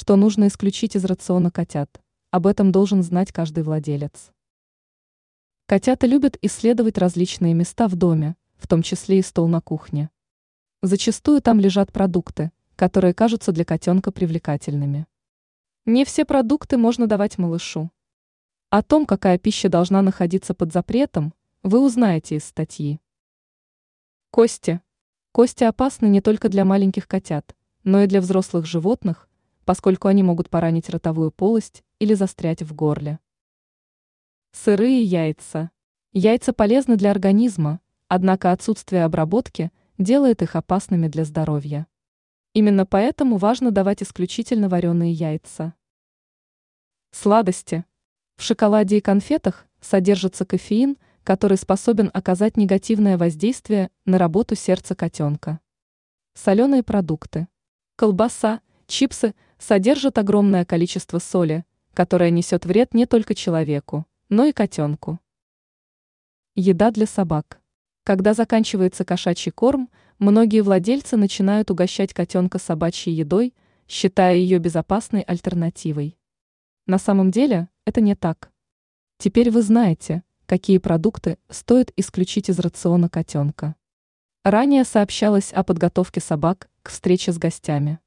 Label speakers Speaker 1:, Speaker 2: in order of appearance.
Speaker 1: что нужно исключить из рациона котят. Об этом должен знать каждый владелец. Котята любят исследовать различные места в доме, в том числе и стол на кухне. Зачастую там лежат продукты, которые кажутся для котенка привлекательными. Не все продукты можно давать малышу. О том, какая пища должна находиться под запретом, вы узнаете из статьи. Кости. Кости опасны не только для маленьких котят, но и для взрослых животных, поскольку они могут поранить ротовую полость или застрять в горле. Сырые яйца. Яйца полезны для организма, однако отсутствие обработки делает их опасными для здоровья. Именно поэтому важно давать исключительно вареные яйца. Сладости. В шоколаде и конфетах содержится кофеин, который способен оказать негативное воздействие на работу сердца котенка. Соленые продукты. Колбаса, чипсы содержат огромное количество соли, которая несет вред не только человеку, но и котенку. Еда для собак. Когда заканчивается кошачий корм, многие владельцы начинают угощать котенка собачьей едой, считая ее безопасной альтернативой. На самом деле это не так. Теперь вы знаете, какие продукты стоит исключить из рациона котенка. Ранее сообщалось о подготовке собак к встрече с гостями.